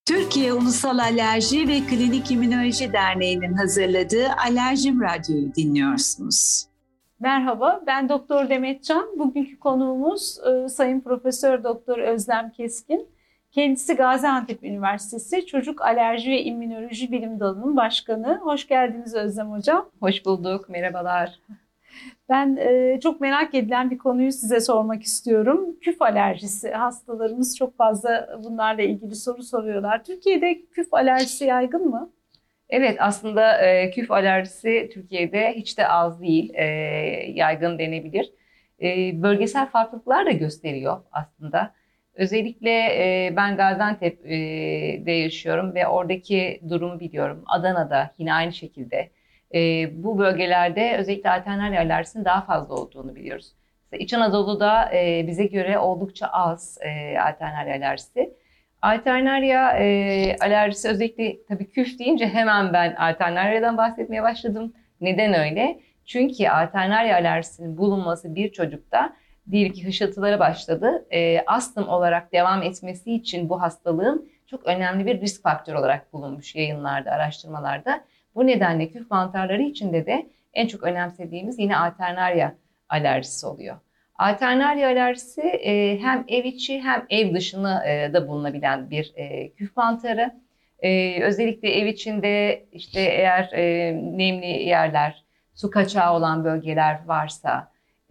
Türkiye Ulusal Alerji ve Klinik İmmünoloji Derneği'nin hazırladığı Alerjim Radyo'yu dinliyorsunuz. Merhaba, ben Doktor Demet Can. Bugünkü konuğumuz Sayın Profesör Doktor Özlem Keskin. Kendisi Gaziantep Üniversitesi Çocuk Alerji ve İmmünoloji Bilim Dalı'nın başkanı. Hoş geldiniz Özlem Hocam. Hoş bulduk, merhabalar. Ben çok merak edilen bir konuyu size sormak istiyorum. Küf alerjisi. Hastalarımız çok fazla bunlarla ilgili soru soruyorlar. Türkiye'de küf alerjisi yaygın mı? Evet, aslında küf alerjisi Türkiye'de hiç de az değil, yaygın denebilir. Bölgesel farklılıklar da gösteriyor aslında. Özellikle ben Gaziantep'te yaşıyorum ve oradaki durumu biliyorum. Adana'da yine aynı şekilde. Bu bölgelerde özellikle alternaria alerjisinin daha fazla olduğunu biliyoruz. Mesela İç Anadolu'da bize göre oldukça az alternaria alerjisi. Alternaria alerjisi özellikle tabii küf deyince hemen ben alternaria'dan bahsetmeye başladım. Neden öyle? Çünkü alternaria alerjisinin bulunması bir çocukta diyelim ki hışıltılara başladı. Astım olarak devam etmesi için bu hastalığın çok önemli bir risk faktörü olarak bulunmuş yayınlarda, araştırmalarda. Bu nedenle küf mantarları içinde de en çok önemsediğimiz yine alternaria alerjisi oluyor. Alternaria alerjisi hem ev içi hem ev dışına da bulunabilen bir küf mantarı. Özellikle ev içinde işte eğer nemli yerler, su kaçağı olan bölgeler varsa,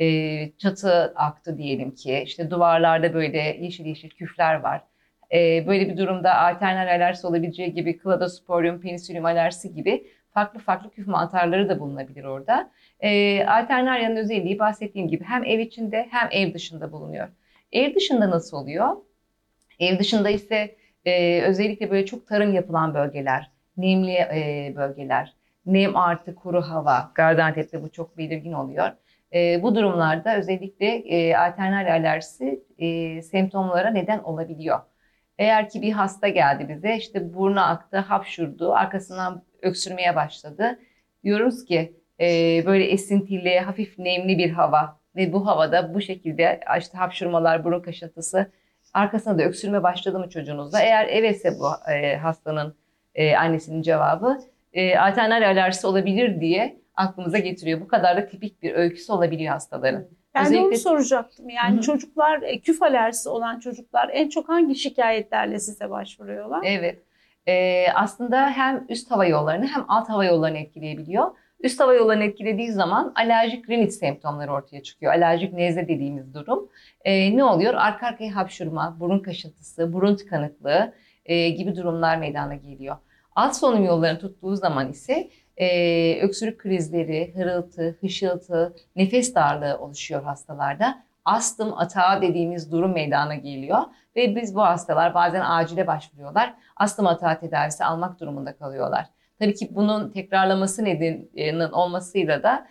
çatı aktı diyelim ki, işte duvarlarda böyle yeşil yeşil küfler var. Böyle bir durumda alternaria alerjisi olabileceği gibi Cladosporium, Penicillium alerjisi gibi farklı farklı küf mantarları da bulunabilir orada. Alternaria'nın özelliği bahsettiğim gibi hem ev içinde hem ev dışında bulunuyor. Ev dışında nasıl oluyor? Ev dışında ise özellikle böyle çok tarım yapılan bölgeler, nemli bölgeler, nem artı kuru hava, Gaziantep'te bu çok belirgin oluyor. Bu durumlarda özellikle alternaria alerjisi semptomlara neden olabiliyor. Eğer ki bir hasta geldi bize, işte burnu aktı, hapşurdu, arkasından öksürmeye başladı. Diyoruz ki böyle esintili, hafif nemli bir hava ve bu havada bu şekilde işte hapşurmalar, burun kaşıntısı, arkasına da öksürme başladı mı çocuğunuzda? Eğer evetse bu hastanın annesinin cevabı alternaria alerjisi olabilir diye aklımıza getiriyor. Bu kadar da tipik bir öyküsü olabiliyor hastaların. Ben Özellikle... de onu soracaktım. Yani Hı-hı. çocuklar, küf alerjisi olan çocuklar en çok hangi şikayetlerle size başvuruyorlar? Evet. Aslında hem üst hava yollarını hem alt hava yollarını etkileyebiliyor. Üst hava yollarını etkilediği zaman alerjik rinit semptomları ortaya çıkıyor. Alerjik nezle dediğimiz durum. Ne oluyor? Arka arkaya hapşurma, burun kaşıntısı, burun tıkanıklığı gibi durumlar meydana geliyor. Alt solunum yollarını tuttuğu zaman ise öksürük krizleri, hırıltı, hışıltı, nefes darlığı oluşuyor hastalarda. Astım atağı dediğimiz durum meydana geliyor ve biz bu hastalar bazen acile başvuruyorlar. Astım atağı tedavisi almak durumunda kalıyorlar. Tabii ki bunun tekrarlaması nedeniyle olmasıyla da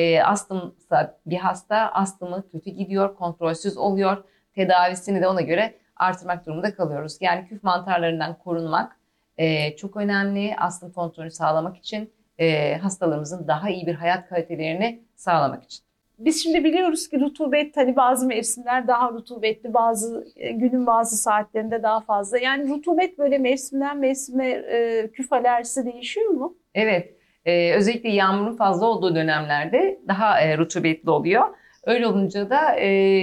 astımsa bir hasta astımı kötü gidiyor, kontrolsüz oluyor. Tedavisini de ona göre artırmak durumunda kalıyoruz. Yani küf mantarlarından korunmak çok önemli. Astım kontrolünü sağlamak için, hastalarımızın daha iyi bir hayat kalitelerini sağlamak için. Biz şimdi biliyoruz ki rutubet, hani bazı mevsimler daha rutubetli, bazı günün bazı saatlerinde daha fazla. Yani rutubet böyle mevsimden mevsime küf alerjisi değişiyor mu? Evet, özellikle yağmurun fazla olduğu dönemlerde daha rutubetli oluyor. Öyle olunca da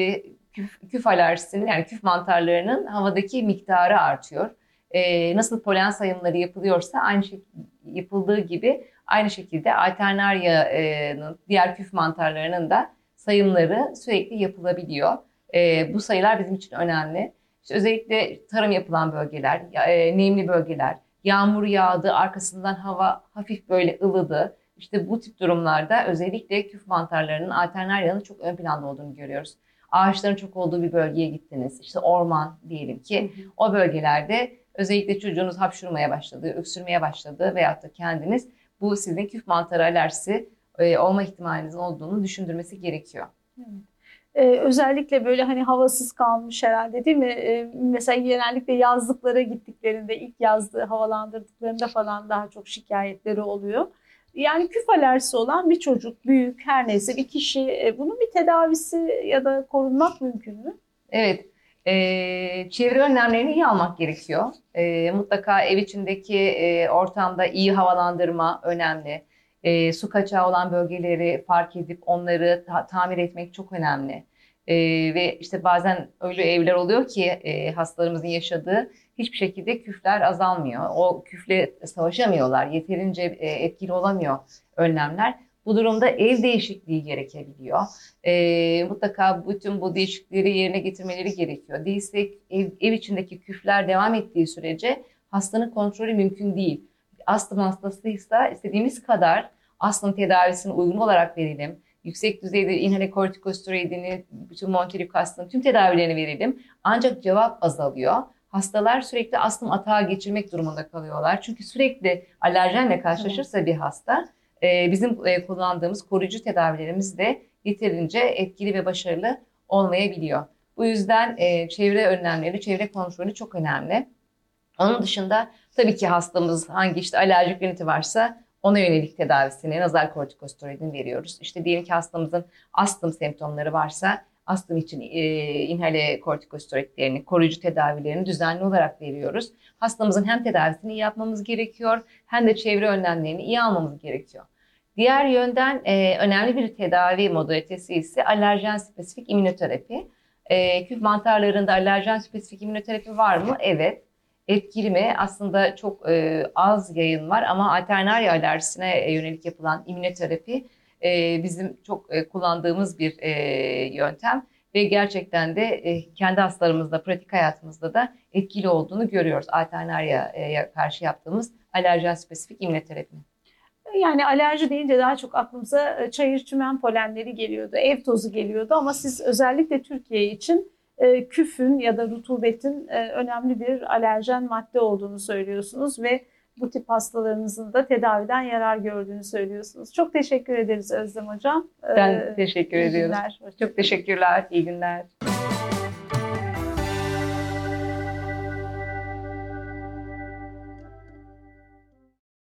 küf alerjisinin yani küf mantarlarının havadaki miktarı artıyor. Nasıl polen sayımları yapılıyorsa aynı yapıldığı gibi aynı şekilde alternaria'nın diğer küf mantarlarının da sayımları sürekli yapılabiliyor. Bu sayılar bizim için önemli. İşte özellikle tarım yapılan bölgeler, nemli bölgeler, yağmur yağdı, arkasından hava hafif böyle ılıdı. İşte bu tip durumlarda özellikle küf mantarlarının alternaria'nın çok ön planda olduğunu görüyoruz. Ağaçların çok olduğu bir bölgeye gittiniz. İşte orman diyelim ki o bölgelerde özellikle çocuğunuz hapşurmaya başladı, öksürmeye başladı veyahut da kendiniz bu sizin küf mantarı alerjisi olma ihtimalinizin olduğunu düşündürmesi gerekiyor. Evet. Özellikle böyle hani havasız kalmış herhalde değil mi? Mesela genellikle yazlıklara gittiklerinde, ilk yazlığı havalandırdıklarında falan daha çok şikayetleri oluyor. Yani küf alerjisi olan bir çocuk, büyük her neyse bir kişi, bunun bir tedavisi ya da korunmak mümkün mü? Evet. Çevre önlemlerini iyi almak gerekiyor. Mutlaka ev içindeki ortamda iyi havalandırma önemli. Su kaçağı olan bölgeleri fark edip onları tamir etmek çok önemli. Ve işte bazen öyle evler oluyor ki hastalarımızın yaşadığı hiçbir şekilde küfler azalmıyor. O küfle savaşamıyorlar. Yeterince etkili olamıyor önlemler. Bu durumda ev değişikliği gerekebiliyor. Mutlaka bütün bu değişiklikleri yerine getirmeleri gerekiyor. Değilse ev içindeki küfler devam ettiği sürece hastanın kontrolü mümkün değil. Astım hastasıysa istediğimiz kadar astım tedavisine uygun olarak verelim. Yüksek düzeyde inhale kortikosteroidini, bütün montelukastın tüm tedavilerini verelim. Ancak cevap azalıyor. Hastalar sürekli astım atağı geçirmek durumunda kalıyorlar. Çünkü sürekli alerjenle karşılaşırsa bir hasta, bizim kullandığımız koruyucu tedavilerimiz de yeterince etkili ve başarılı olmayabiliyor. Bu yüzden çevre önlemleri, çevre kontrolü çok önemli. Onun dışında tabii ki hastamız hangi işte alerjik riniti varsa ona yönelik tedavisini, nazal kortikosteroidini veriyoruz. İşte diyelim ki hastamızın astım semptomları varsa astım için inhale kortikosteroidlerini, koruyucu tedavilerini düzenli olarak veriyoruz. Hastamızın hem tedavisini iyi yapmamız gerekiyor hem de çevre önlemlerini iyi almamız gerekiyor. Diğer yönden önemli bir tedavi modalitesi ise alerjen spesifik immünoterapi. Küf mantarlarında alerjen spesifik immünoterapi var mı? Evet. Etkili mi? Aslında çok az yayın var ama Alternaria alerjisine yönelik yapılan immünoterapi bizim çok kullandığımız bir yöntem ve gerçekten de kendi hastalarımızda, pratik hayatımızda da etkili olduğunu görüyoruz. Alternaria'ya karşı yaptığımız alerjen spesifik immünoterapi. Yani alerji deyince daha çok aklımıza çayır çimen polenleri geliyordu, ev tozu geliyordu ama siz özellikle Türkiye için küfün ya da rutubetin önemli bir alerjen madde olduğunu söylüyorsunuz ve bu tip hastalarınızın da tedaviden yarar gördüğünü söylüyorsunuz. Çok teşekkür ederiz Özlem Hocam. Ben teşekkür ediyorum. Günler. Çok teşekkürler, iyi günler.